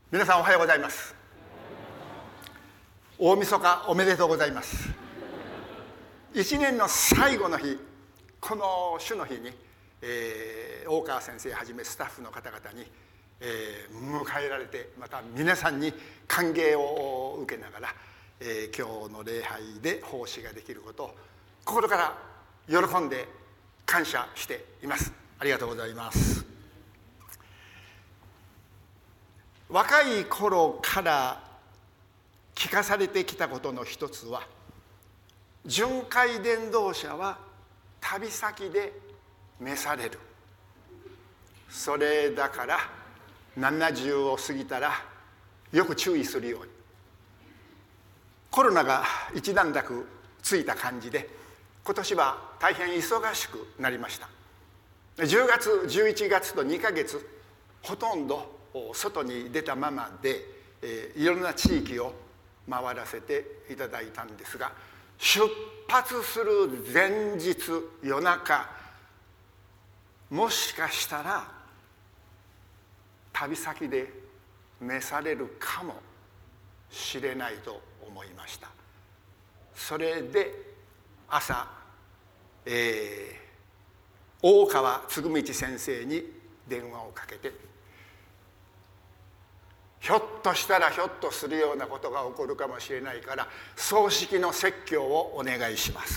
皆さんおはようございます。大晦日おめでとうございます。一年の最後の日、この主の日に、大川先生はじめスタッフの方々に、迎えられて、また皆さんに歓迎を受けながら、今日の礼拝で奉仕ができることを心から喜んで感謝しています。ありがとうございます。若い頃から聞かされてきたことの一つは、巡回伝道者は旅先で召される。それだから70を過ぎたらよく注意するように。コロナが一段落ついた感じで、今年は大変忙しくなりました。10月11月と2ヶ月ほとんど外に出たままで、いろんな地域を回らせていただいたんですが、出発する前日夜中、もしかしたら旅先で召されるかもしれないと思いました。それで朝、大川嗣道先生に電話をかけて、ひょっとしたらひょっとするようなことが起こるかもしれないから、葬式の説教をお願いします。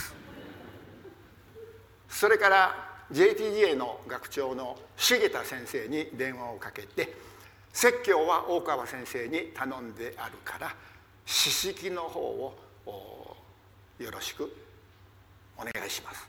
それから JTGA の学長の重田先生に電話をかけて、説教は大川先生に頼んであるから詩式の方をよろしくお願いします。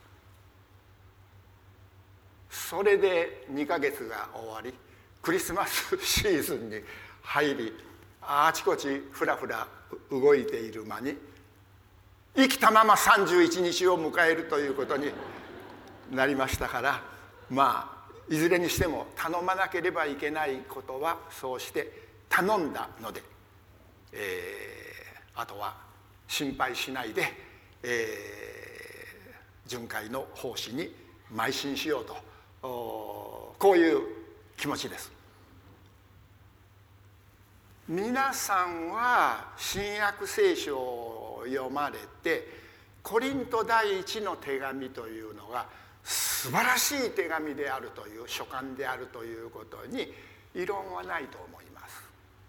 それで2ヶ月が終わり、クリスマスシーズンに入り、あちこちふらふら動いている間に、生きたまま31日を迎えるということになりましたから、いずれにしても頼まなければいけないことはそうして頼んだので、あとは心配しないで、巡回の奉仕に邁進しようと、こういう気持ちです。皆さんは新約聖書を読まれて、コリント第一の手紙というのが素晴らしい手紙であるという、書簡であるということに異論はないと思います。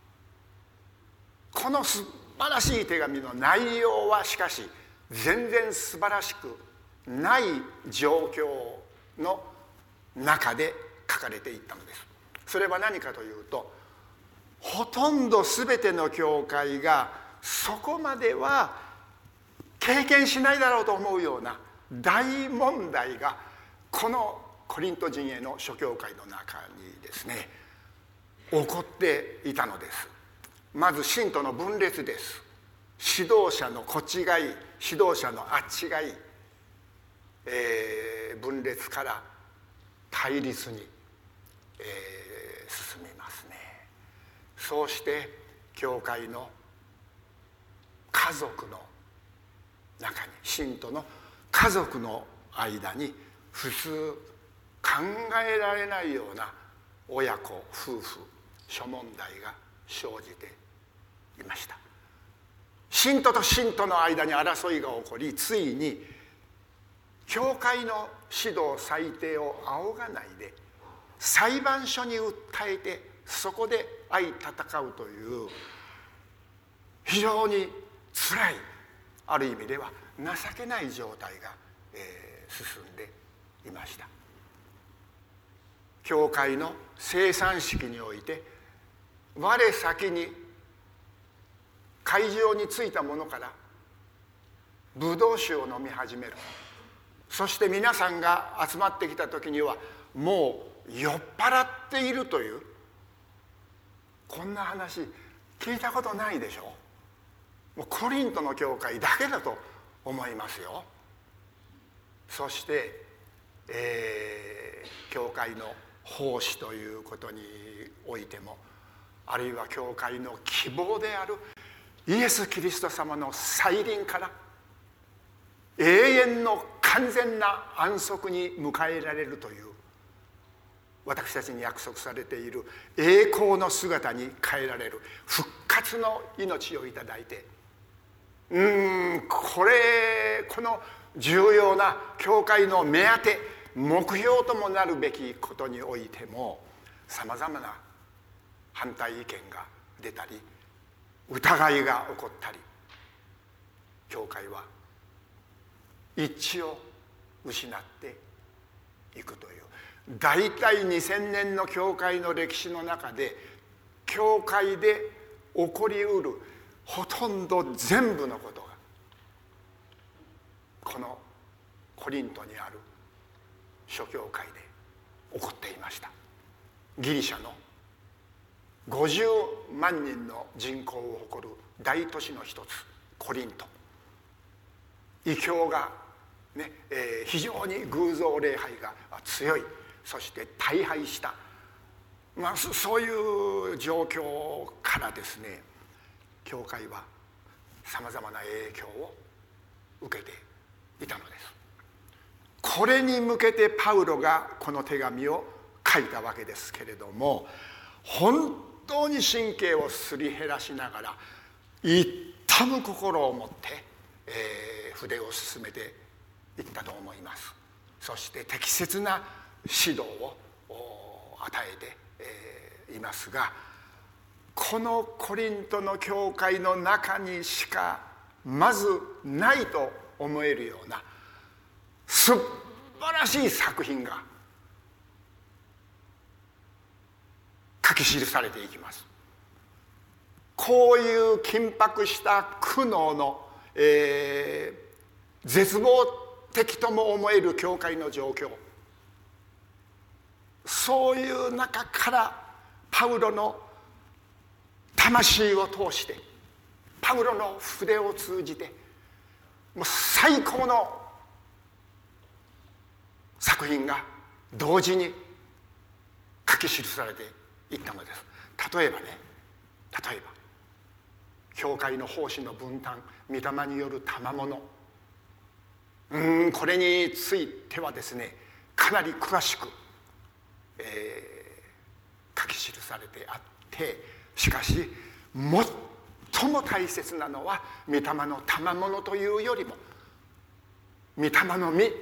この素晴らしい手紙の内容はしかし全然素晴らしくない状況の中で書かれていったのです。それは何かというと、ほとんど全ての教会がそこまでは経験しないだろうと思うような大問題が、このコリント人への諸教会の中にですね、起こっていたのです。まず信徒の分裂です。指導者のこっちがいい、指導者のあっちがいい、分裂から対立に、進みますね。そうして教会の家族の中に、信徒の家族の間に普通考えられないような親子夫婦諸問題が生じていました。信徒と信徒の間に争いが起こり、ついに教会の指導裁定を仰がないで裁判所に訴えて、そこで相戦うという非常につらい、ある意味では情けない状態が、進んでいました。教会の生産式において、我先に会場に着いたものからブドウ酒を飲み始める。そして皆さんが集まってきた時にはもう酔っ払っているという、こんな話聞いたことないでしょ。もうコリントの教会だけだと思いますよ。そして、教会の奉仕ということにおいても、あるいは教会の希望であるイエス・キリスト様の再臨から永遠の完全な安息に迎えられるという、 私たちに約束されている栄光の姿に変えられる復活の命をいただいて、この重要な教会の目当て目標ともなるべきことにおいてもさまざまな反対意見が出たり疑いが起こったり、教会は一致を失っていくという、大体2000年の教会の歴史の中で教会で起こりうるほとんど全部のことがこのコリントにある諸教会で起こっていました。ギリシャの50万人の人口を誇る大都市の一つコリント、異教が、非常に偶像礼拝が強い、そして大敗した、そういう状況からですね、教会はさまざまな影響を受けていたのです。これに向けてパウロがこの手紙を書いたわけですけれども、本当に神経をすり減らしながら痛む心を持って、筆を進めていったと思います。そして適切な指導を与えていますが、このコリントの教会の中にしかまずないと思えるような素晴らしい作品が書き記されていきます。こういう緊迫した苦悩の、絶望的とも思える教会の状況、そういう中からパウロの魂を通して、パウロの筆を通じて、もう最高の作品が同時に書き記されていったのです。例えば教会の奉仕の分担、御霊による賜物、これについてはですね、かなり詳しく、書き記されてあって、しかし最も大切なのは御霊の賜物というよりも御霊の実、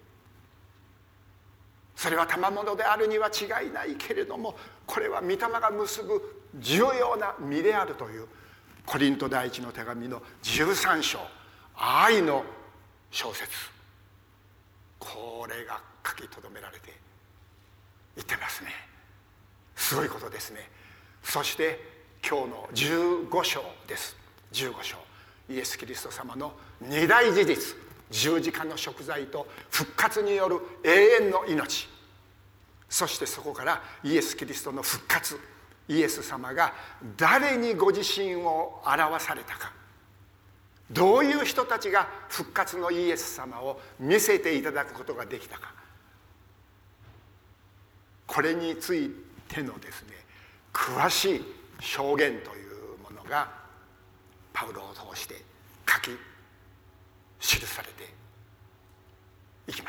それは賜物であるには違いないけれども、これは御霊が結ぶ重要な実であるという、コリント第一の手紙の13章、愛の小説、これが書き留められていってますね。すごいことですね。そして今日の15章です。15章、イエス・キリスト様の二大事実、十字架の贖罪と復活による永遠の命、そしてそこからイエス・キリストの復活、イエス様が誰にご自身を表されたか、どういう人たちが復活のイエス様を見せていただくことができたか、これについてのですね、詳しい証言というものがパウロを通して書き記されていきます。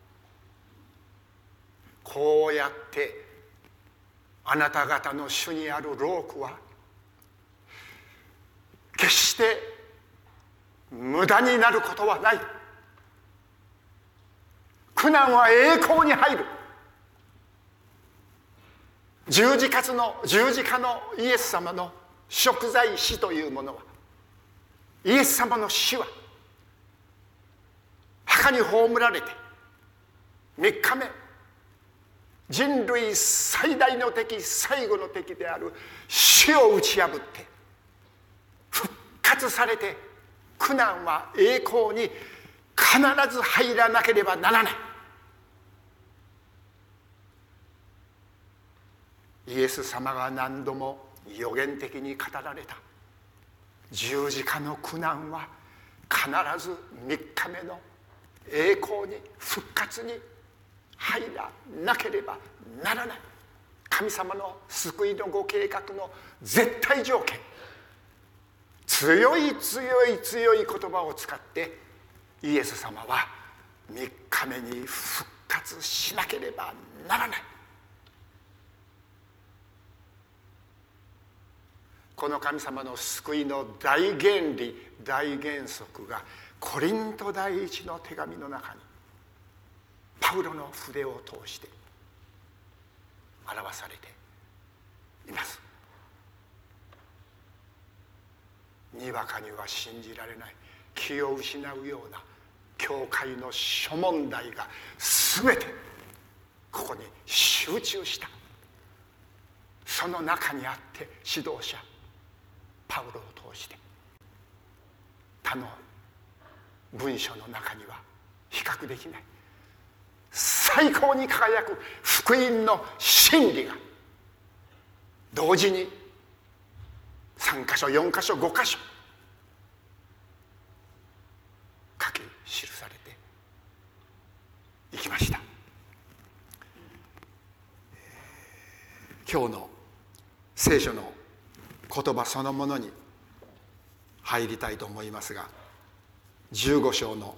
こうやってあなた方の主にある労苦は決して無駄になることはない。苦難は栄光に入る。十字架のイエス様の贖罪死というものは、イエス様の死は墓に葬られて3日目、人類最大の敵、最後の敵である死を打ち破って復活されて、苦難は栄光に必ず入らなければならない。イエス様が何度も予言的に語られた十字架の苦難は必ず3日目の栄光に復活に入らなければならない。神様の救いのご計画の絶対条件、強い言葉を使ってイエス様は3日目に復活しなければならない。 この神様の救いの大原理、大原則がコリント第一の手紙の中にパウロの筆を通して表されています。にわかには信じられない、気を失うような教会の諸問題が全てここに集中した。その中にあって指導者パウロを通して他の文書の中には比較できない最高に輝く福音の真理が同時に3箇所4箇所5箇所書き記されていきました。今日の聖書の言葉そのものに入りたいと思いますが、15章の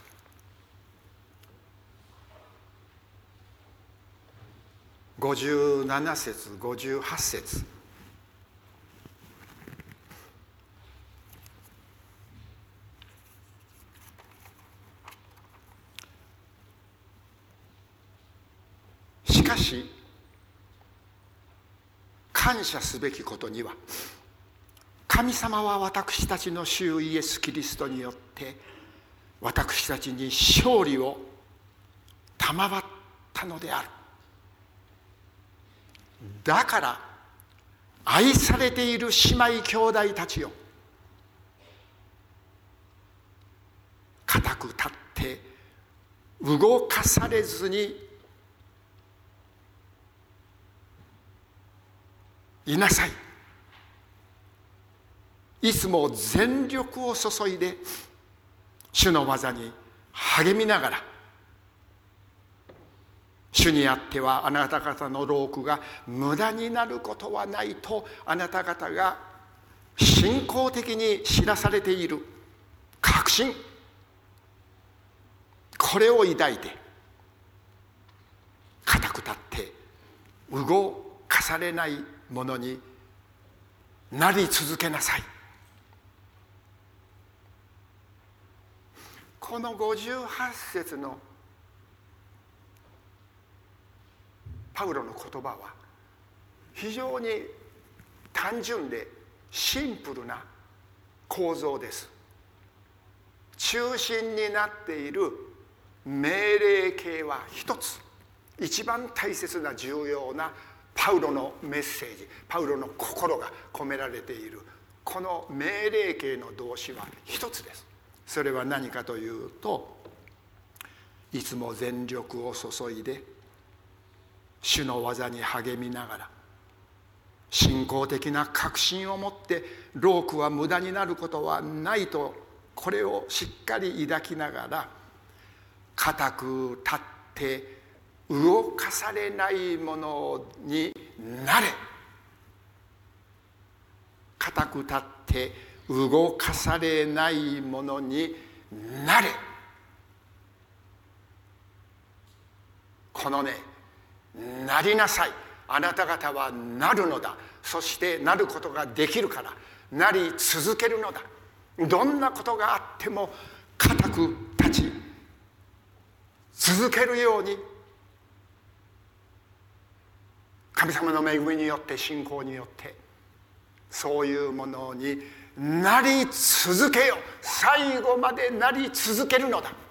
57節58節、しかし感謝すべきことには、神様は私たちの主イエス・キリストによって私たちに勝利を賜ったのである。だから愛されている姉妹兄弟たちよ、固く立って動かされずにいなさい。いつも全力を注いで主の技に励みながら、主にあってはあなた方の労苦が無駄になることはないとあなた方が信仰的に知らされている確信、これを抱いて固く立って動かされないものになり続けなさい。この58節のパウロの言葉は非常に単純でシンプルな構造です。中心になっている命令形は一つ、一番大切な重要なパウロのメッセージ、パウロの心が込められているこの命令形の動詞は一つです。それは何かというと、いつも全力を注いで主の技に励みながら、信仰的な確信を持って労苦は無駄になることはないと、これをしっかり抱きながら固く立って動かされないものになれ。固く立って動かされないものになれ。このね、なりなさい。あなた方はなるのだ。そしてなることができるからなり続けるのだ。どんなことがあっても固く立ち続けるように、神様の恵みによって信仰によってそういうものになり続けよ。最後までなり続けるのだ。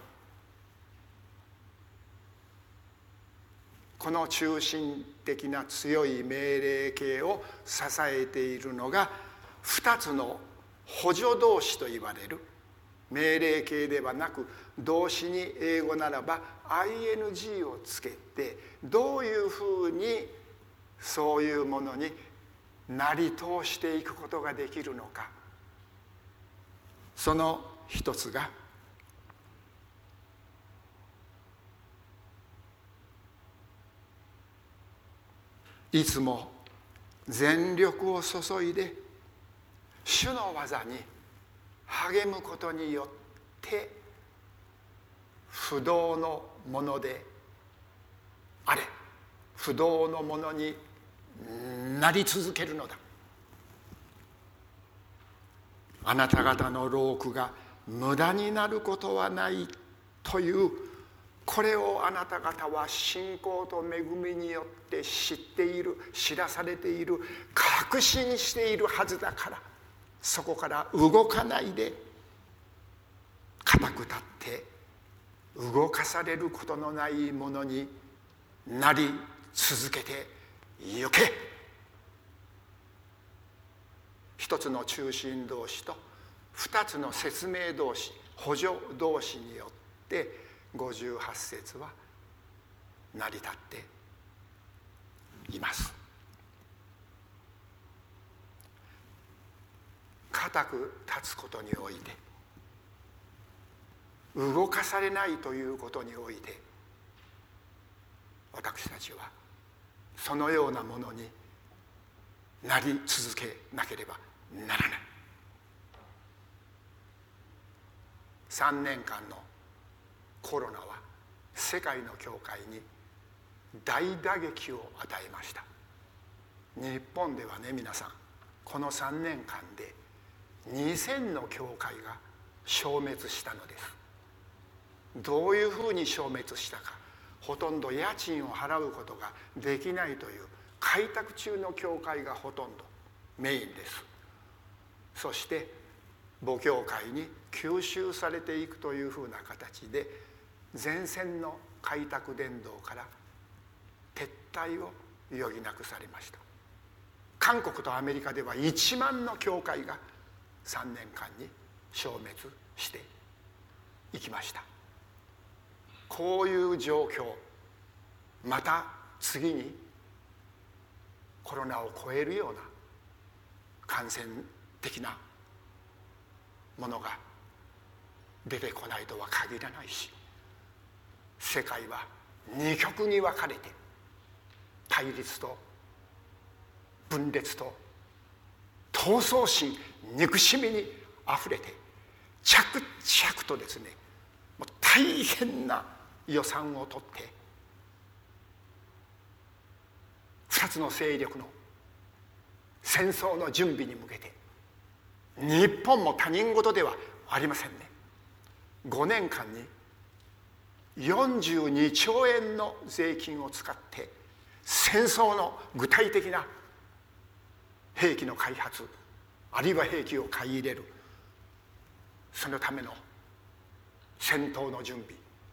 この中心的な強い命令形を支えているのが2つの補助動詞といわれる命令形ではなく、動詞に英語ならば ing をつけて、どういうふうにそういうものになり通していくことができるのか。その一つがいつも全力を注いで主の技に励むことによって不動のものであれ、不動のものになり続けるのだ。 あなた方の労苦が無駄になることはないという、これをあなた方は信仰と恵みによって知っている、知らされている、確信しているはずだから、そこから動かないで固く立って動かされることのないものになり続けてゆけ。一つの中心同士と二つの説明同士、補助同士によって58節は成り立っています。固く立つことにおいて、動かされないということにおいて、私たちはそのようなものになり続けなければならない。3年間のコロナは世界の教会に大打撃を与えました。日本ではね、皆さん、この3年間で2000の教会が消滅したのです。どういうふうに消滅したか、ほとんど家賃を払うことができないという開拓中の教会がほとんどメインです。そして母教会に吸収されていくというふうな形で、前線の開拓伝道から撤退を余儀なくされました。韓国とアメリカでは1万の教会が3年間に消滅していきました。こういう状況、また次にコロナを超えるような感染的なものが出てこないとは限らないし、世界は二極に分かれて対立と分裂と闘争心、憎しみにあふれて、着々とですね、もう大変な予算を取って2つの勢力の戦争の準備に向けて、日本も他人事ではありませんね。5年間に42兆円の税金を使って戦争の具体的な兵器の開発、あるいは兵器を買い入れる、そのための戦闘の準備、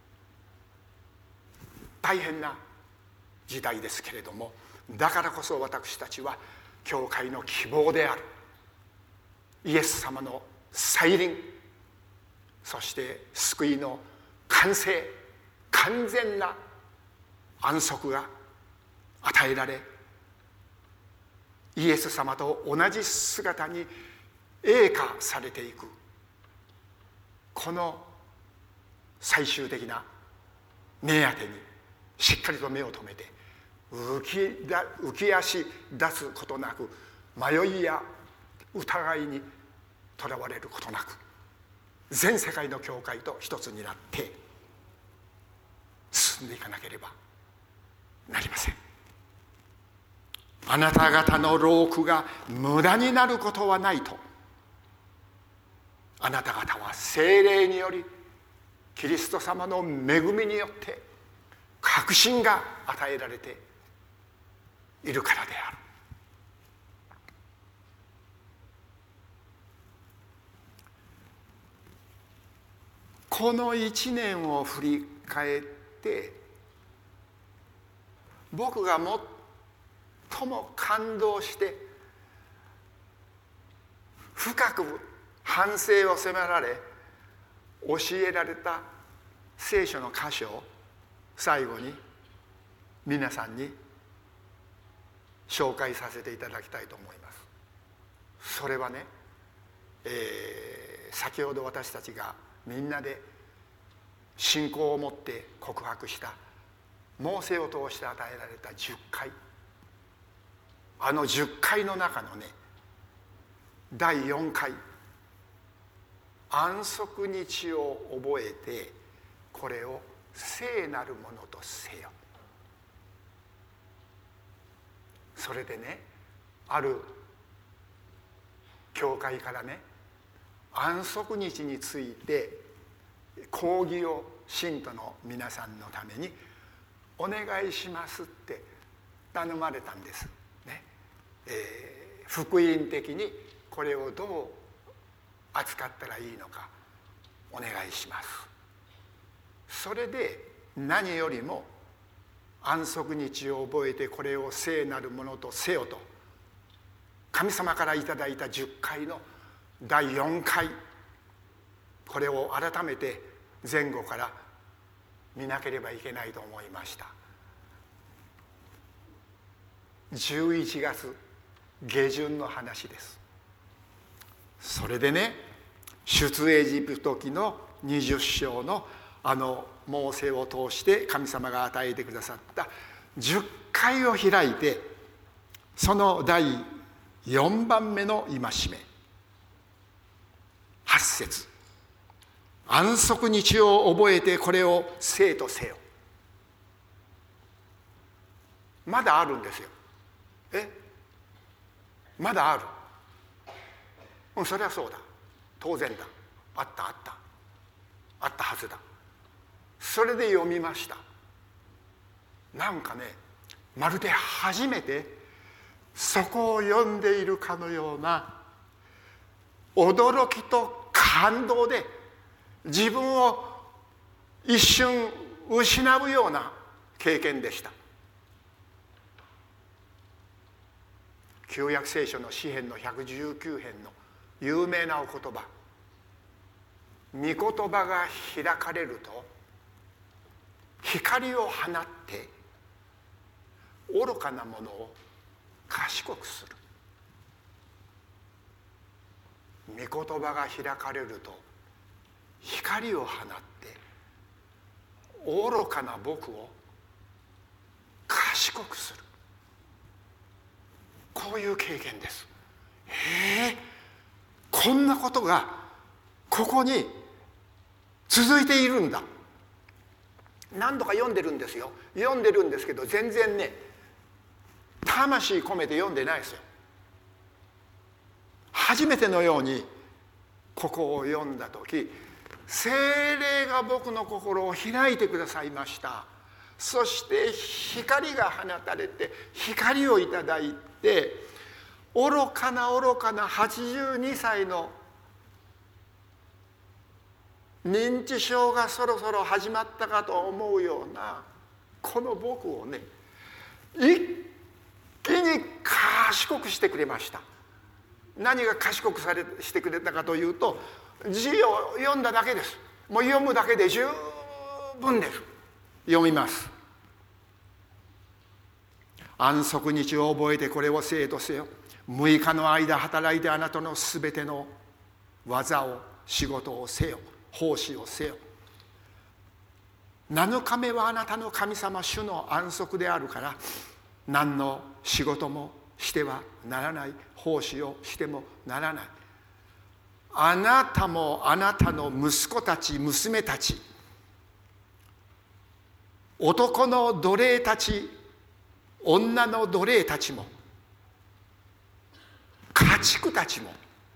大変な時代ですけれども、だからこそ私たちは教会の希望であるイエス様の再臨、そして救いの完成、完全な安息が与えられ、イエス様と同じ姿に栄華されていく、この最終的な目当てにしっかりと目を留めて、浮き足立つことなく、迷いや疑いにとらわれることなく、全世界の教会と一つになって進んでいかなければなりません。あなた方の労苦が無駄になることはないと、あなた方は聖霊によりキリスト様の恵みによって確信が与えられているからである。この1年を振り返って、僕が最も感動して深く反省を迫られ教えられた聖書の箇所を最後に皆さんに紹介させていただきたいと思います。それはね、先ほど私たちがみんなで信仰を持って告白したモーセを通して与えられた10回、あの10回の中のね、第4回、安息日を覚えてこれを聖なるものとせよ。それでね、ある教会からね、 安息日について講義を信徒の皆さんのためにお願いしますって頼まれたんですね。福音的にこれをどう扱ったらいいのかお願いします。それで何よりも安息日を覚えてこれを聖なるものとせよと神様からいただいた10回の第4回、これを改めて前後から見なければいけないと思いました。11月下旬の話です。それでね、出エジプト記の20章のモーセを通して神様が与えてくださった10回を開いて、その第4番目の戒め8節、安息日を覚えてこれを聖とせよ。まだあるんですよ。まだある。そりゃそうだ、当然だ、あったはずだ。それで読みました。なんかね、まるで初めてそこを読んでいるかのような驚きと感動で自分を一瞬失うような経験でした。旧約聖書の詩編の119編の有名なお言葉、御言葉が開かれると光を放って愚かなものを賢くする。御言葉が開かれると光を放って愚かな僕を賢くする。こういう経験です。こんなことがここに続いているんだ。何度か読んでるんですよ。読んでるんですけど全然ね、魂込めて読んでないですよ。初めてのようにここを読んだ時、聖霊が僕の心を開いてくださいました。そして光が放たれて光をいただいて、愚かな82歳の認知症がそろそろ始まったかと思うようなこの僕をね、一気に賢くしてくれました。何が賢くしてくれたかというと、字を読んだだけです。もう読むだけで十分です。読みます。安息日を覚えてこれを聖とせよ。6日の間働いてあなたのすべての技を仕事をせよ、奉仕をせよ。7日目はあなたの神様主の安息であるから、何の仕事もしてはならない、奉仕をしてもならない。あなたもあなたの息子たち娘たち、男の奴隷たち女の奴隷たちも家畜たちも、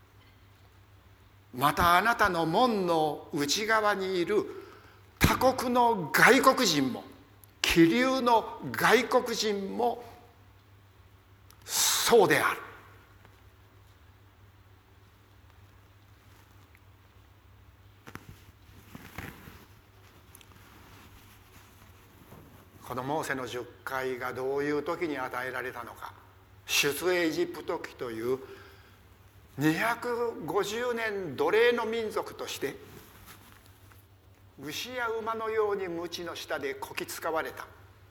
またあなたの門の内側にいる他国の外国人も、気流の外国人もそうである。このモーセの10回がどういう時に与えられたのか。出エジプト記という250年奴隷の民族として牛や馬のように鞭の下でこき使われた、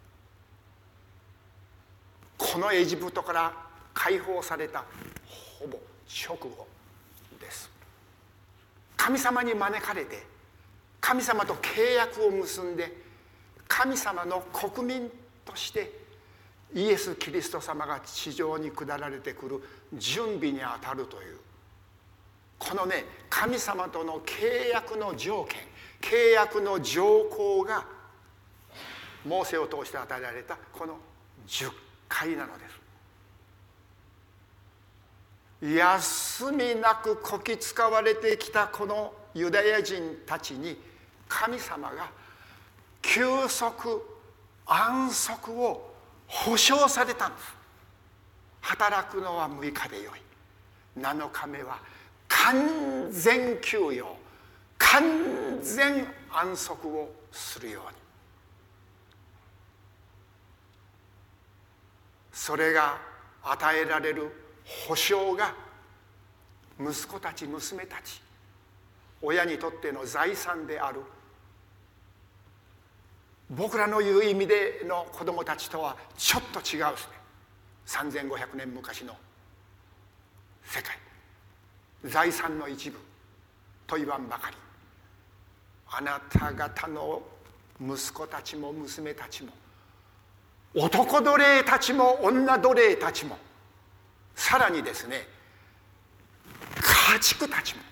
このエジプトから解放されたほぼ直後です。神様に招かれて神様と契約を結んで神様の国民としてイエス・キリスト様が地上に下られてくる準備にあたるという、このね、神様との契約の条件、契約の条項がモーセを通して与えられたこの10回なのです。 休みなくこき使われてきたこのユダヤ人たちに神様が休息安息を保証されたんです。働くのは6日でよい、7日目は完全休養、完全安息をするように。それが与えられる保証が息子たち娘たち、親にとっての財産である。僕らの言う意味での子供たちとはちょっと違うですね。3500年昔の世界、財産の一部と言わんばかり、あなた方の息子たちも娘たちも、男奴隷たちも女奴隷たちも、さらにですね、家畜たちも、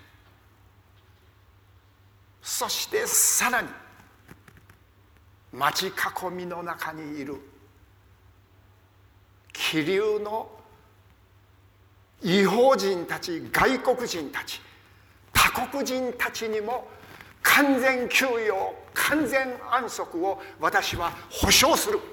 そしてさらに町囲みの中にいる気流の異邦人たち、外国人たち、他国人たちにも完全休養、完全安息を私は保証する。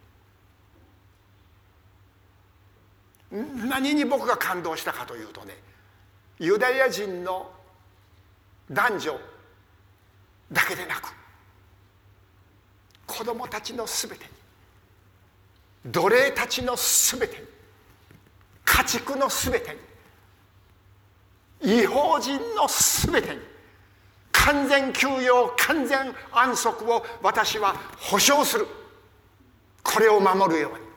何に僕が感動したかというとね、ユダヤ人の男女だけでなく、子供たちのすべてに、奴隷たちのすべてに、家畜のすべてに、異邦人のすべてに完全休養、完全安息を私は保証する。これを守るように。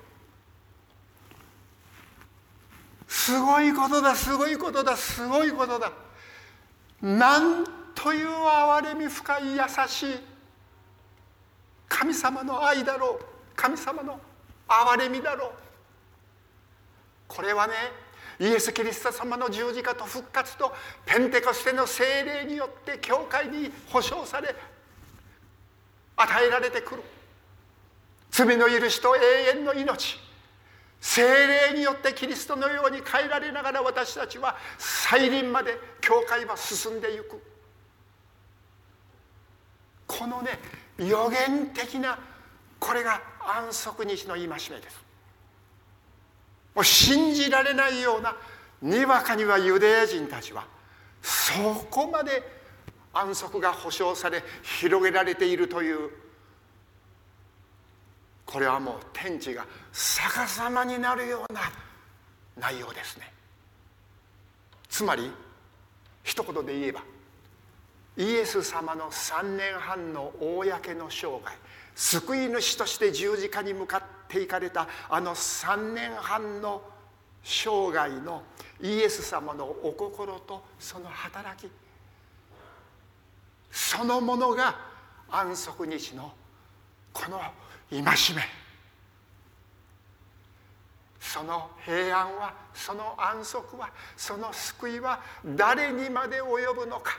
すごいことだ、すごいことだ、すごいことだ。なんという憐れみ深い優しい神様の愛だろう、神様の憐れみだろう。これはね、イエス・キリスト様の十字架と復活とペンテコステの聖霊によって教会に保証され与えられてくる罪の許しと永遠の命、聖霊によってキリストのように変えられながら、私たちは再臨まで教会は進んでいく。このね、予言的な、これが安息日の戒めです。もう信じられないような、にわかにはユダヤ人たちはそこまで安息が保証され広げられているという、これはもう天地が逆さまになるような内容ですね。つまり一言で言えば、イエス様の3年半の公の生涯、救い主として十字架に向かっていかれたあの3年半の生涯のイエス様のお心とその働き、そのものが安息日のこの戒め、その平安は、その安息は、その救いは誰にまで及ぶのか。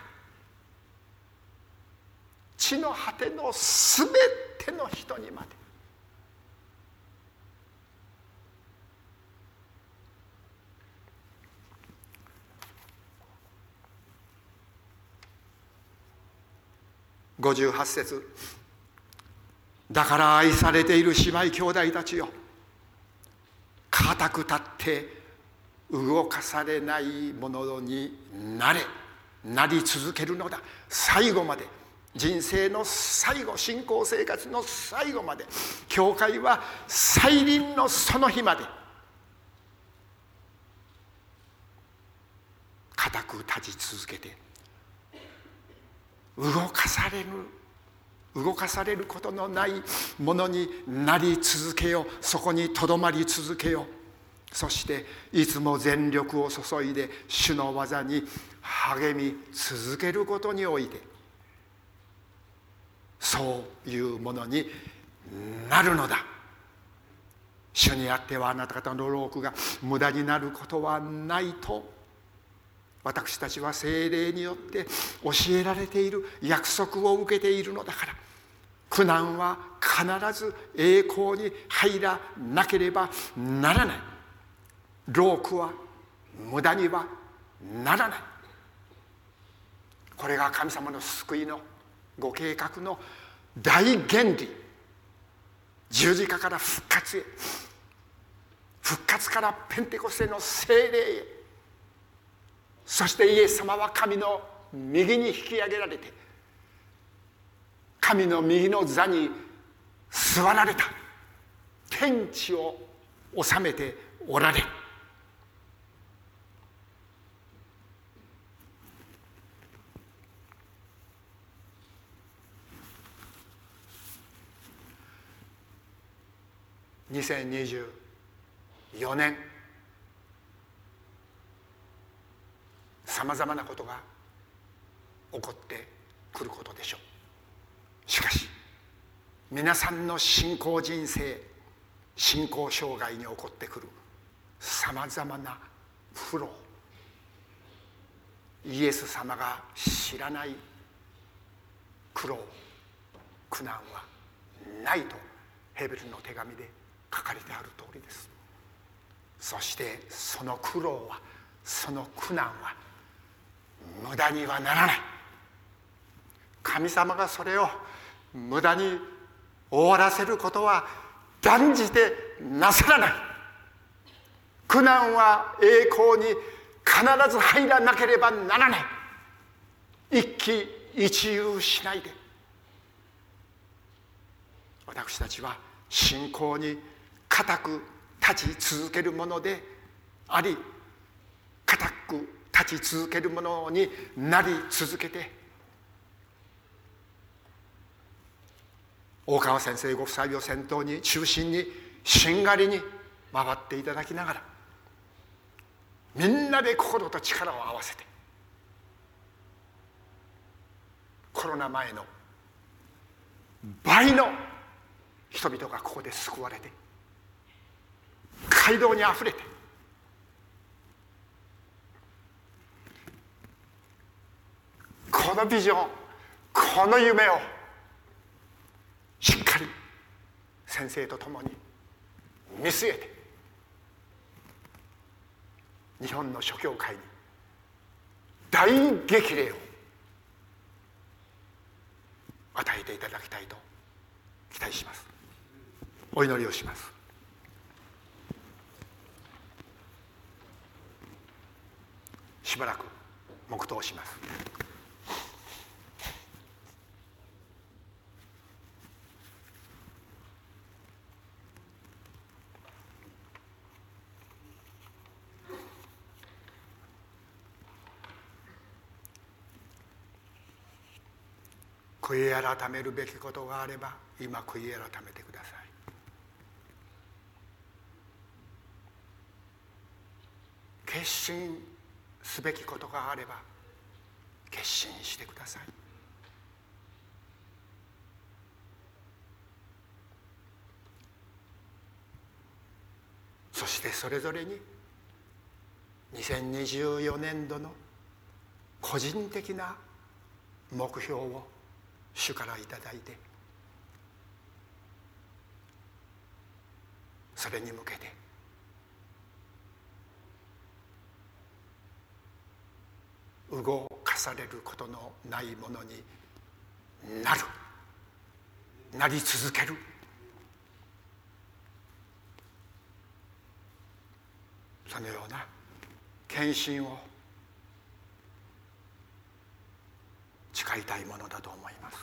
地の果てのすべての人にまで。58節、だから愛されている姉妹兄弟たちよ、固く立って動かされないものになり続けるのだ。最後まで、人生の最後、信仰生活の最後まで、教会は再臨のその日まで固く立ち続けて、動かされることのないものになり続けよう。そこにとどまり続けよう。そしていつも全力を注いで主の技に励み続けることにおいて、そういうものになるのだ。主にあってはあなた方の労苦が無駄になることはないと私たちは聖霊によって教えられている、約束を受けているのだから、苦難は必ず栄光に入らなければならない。労苦は無駄にはならない。これが神様の救いのご計画の大原理。十字架から復活へ、復活からペンテコステの聖霊へ、そしてイエス様は神の右に引き上げられて神の右の座に座られた。天地を治めておられる。2024年、さまざまなことが起こってくることでしょう。しかし皆さんの信仰人生、信仰生涯に起こってくるさまざまな苦労、イエス様が知らない苦労、苦難はないとヘベルの手紙で書かれてある通りです。そしてその苦労は、その苦難は無駄にはならない。神様がそれを無駄に終わらせることは断じてなさらない。苦難は栄光に必ず入らなければならない。一喜一憂しないで、私たちは信仰に固く立ち続けるものであり、固く立ち続けるものになり続けて、大川先生ご夫妻を先頭に中心にしんがりに回っていただきながら、みんなで心と力を合わせて、コロナ前の倍の人々がここで救われて、街道にあふれて、このビジョン、この夢をしっかり先生と共に見据えて、日本の諸教会に大激励を与えていただきたいと期待します。お祈りをします。しばらく黙祷します。悔い改めるべきことがあれば今悔い改めてください。決心すべきことがあれば決心してください。そしてそれぞれに2024年度の個人的な目標を主からいただいて、それに向けて動かされることのないものになり続ける、そのような献身を誓いたいものだと思います。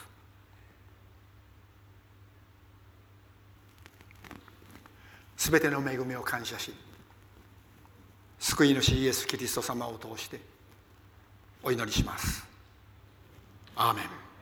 すべての恵みを感謝し、救い主イエス・キリスト様を通してお祈りします。アーメン。